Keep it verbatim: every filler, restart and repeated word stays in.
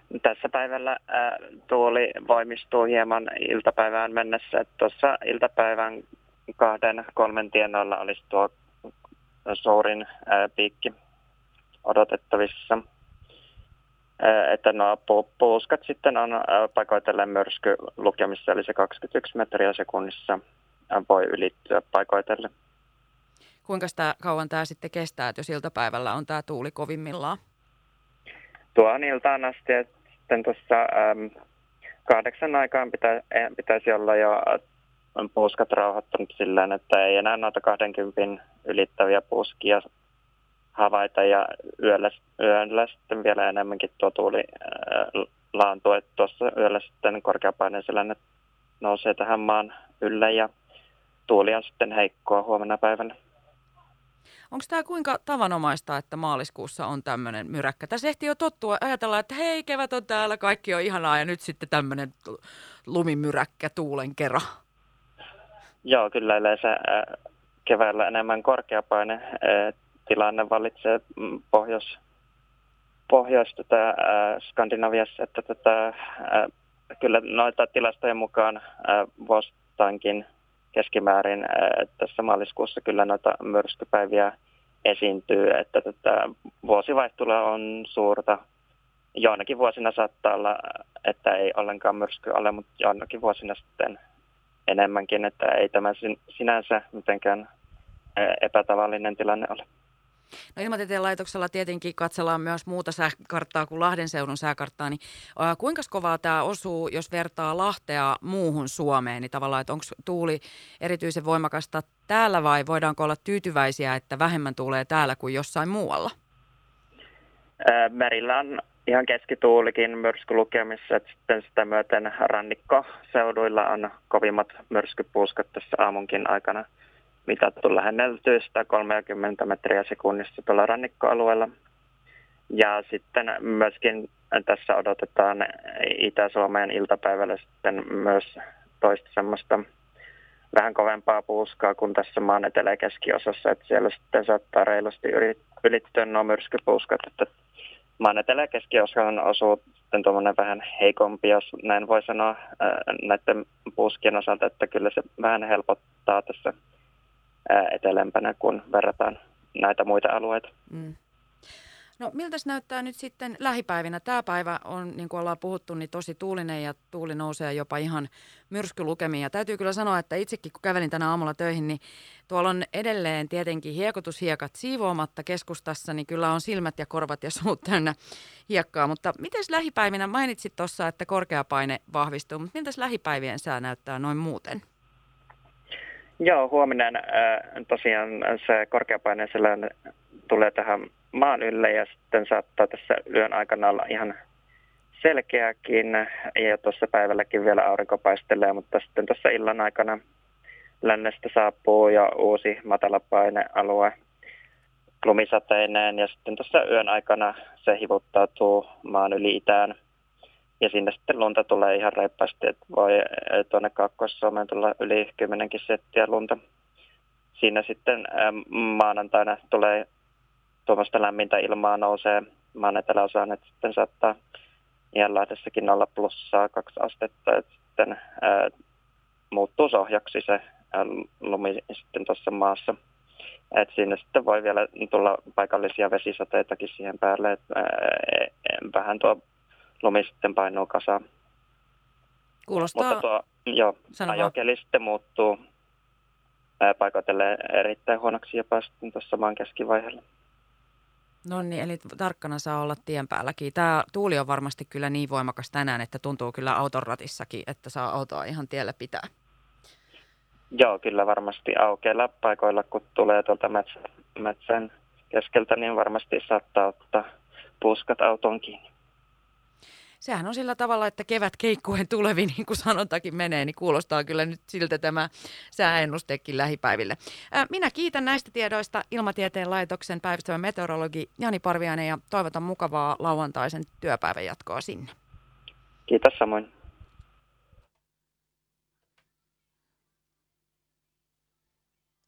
Tässä päivällä ää, tuuli voimistuu hieman iltapäivään mennessä. Että tuossa iltapäivän kahden, kolmen tienoilla olisi tuo suurin ää, piikki odotettavissa. Ää, että nuo pu- puuskat sitten on ää, paikoitellen myrskylukemissa, eli se kaksikymmentäyksi metriä sekunnissa ää, voi ylittyä paikoitellen. Kuinka sitä kauan tämä sitten kestää, että jos iltapäivällä on tämä tuuli kovimmillaan? Tuohon iltaan asti, että sitten tuossa äm, kahdeksan aikaan pitä, pitäisi olla jo puuskat rauhoittunut silleen, että ei enää noita kaksikymmentä ylittäviä puuskia havaita, ja yöllä, yöllä sitten vielä enemmänkin tuo tuuli ää, laantuu, että tuossa yöllä sitten korkeapaineisella nousee tähän maan ylle, ja tuuli on sitten heikkoa huomenna päivänä. Onko tämä kuinka tavanomaista, että maaliskuussa on tämmöinen myräkkä? Tässä ehtii jo tottua ajatella, että hei, kevät on täällä, kaikki on ihanaa ja nyt sitten tämmöinen lumimyräkkä tuulen kera. Joo, kyllä yleensä äh, keväällä enemmän korkeapaine äh, tilanne vallitsee pohjois, pohjois tota, äh, Skandinaviassa, että tota, äh, kyllä noita tilastojen mukaan äh, vuosittainkin keskimäärin äh, tässä maaliskuussa kyllä noita myrskypäiviä esiintyy, että tätä vuosivaihtulua on suurta. Joinakin vuosina saattaa olla, että ei ollenkaan myrsky ole, mutta joinakin vuosina sitten enemmänkin, että ei tämä sinänsä mitenkään epätavallinen tilanne ole. No Ilmatieteen laitoksella tietenkin katsellaan myös muuta sääkarttaa kuin Lahden seudun sääkarttaa, niin äh, kuinka kovaa tämä osuu, jos vertaa Lahtea muuhun Suomeen, niin tavallaan, että onko tuuli erityisen voimakasta täällä vai voidaanko olla tyytyväisiä, että vähemmän tuulee täällä kuin jossain muualla? Äh, merillä on ihan keskituulikin myrskylukemissa, että sitten sitä myöten rannikkoseuduilla on kovimmat myrskypuuskat tässä aamunkin aikana mitattu lähenneltyy sitä kolmekymmentä metriä sekunnissa tuolla rannikkoalueella. Ja sitten myöskin tässä odotetaan Itä-Suomeen iltapäivällä sitten myös toista semmoista vähän kovempaa puuskaa kuin tässä maan etelä- ja keskiosassa, että siellä sitten saattaa reilusti ylittyä nuo myrskypuuskat, että maan etelä- ja keskiosaan osuu sitten tuommoinen vähän heikompi, jos näin voi sanoa näiden puuskien osalta, että kyllä se vähän helpottaa tässä etelämpänä, kun verrataan näitä muita alueita. Mm. No miltäs näyttää nyt sitten lähipäivinä? Tämä päivä on, niin kuin ollaan puhuttu, niin tosi tuulinen ja tuuli nousee jopa ihan myrskylukemiin. Ja täytyy kyllä sanoa, että itsekin kun kävelin tänä aamulla töihin, niin tuolla on edelleen tietenkin hiekotushiekat siivoamatta keskustassa, niin kyllä on silmät ja korvat ja suut täynnä hiekkaa. Mutta mites lähipäivinä, mainitsit tuossa, että korkeapaine vahvistuu, mutta miltäs lähipäivien sää näyttää noin muuten? Joo, huominen äh, tosiaan se korkeapaineisella tulee tähän maan ylle ja sitten saattaa tässä yön aikana olla ihan selkeäkin ja tuossa päivälläkin vielä aurinko paistelee, mutta sitten tuossa illan aikana lännestä saapuu jo uusi matalapainealue lumisateineen ja sitten tuossa yön aikana se hivuttautuu maan yli itään. Ja sinne sitten lunta tulee ihan reippaasti, että voi tuonne Kaakkois-Suomeen tulla yli kymmenenkin settiä lunta. Siinä sitten maanantaina tulee tuommoista lämmintä ilmaa nousee maan eteläosaan, että sitten saattaa ihan Lahdessakin olla plussaa kaksi astetta, että sitten ää, muuttuu sohjaksi se ää, lumi sitten tuossa maassa. Et siinä sitten voi vielä tulla paikallisia vesisateitakin siihen päälle, että ää, vähän tuo lumi sitten painuu kasaan. Kuulostaa... Mutta tuo joo, ajokeli sitten muuttuu ää, paikoitellen erittäin huonoksi jopa sitten tuossa maan keskivaiheella. No niin, eli tarkkana saa olla tien päälläkin. Tämä tuuli on varmasti kyllä niin voimakas tänään, että tuntuu kyllä auton ratissakin, että saa autoa ihan tiellä pitää. Joo, kyllä varmasti aukeilla paikoilla, kun tulee tuolta metsän, metsän keskeltä, niin varmasti saattaa ottaa puuskat autoon kiinni. Sehän on sillä tavalla, että kevät keikkuen tulevi, niin kuin sanontakin menee, niin kuulostaa kyllä nyt siltä tämä sääennustekin lähipäiville. Minä kiitän näistä tiedoista Ilmatieteen laitoksen päivystävä meteorologi Jani Parviainen ja toivotan mukavaa lauantaisen työpäivän jatkoa sinne. Kiitos samoin.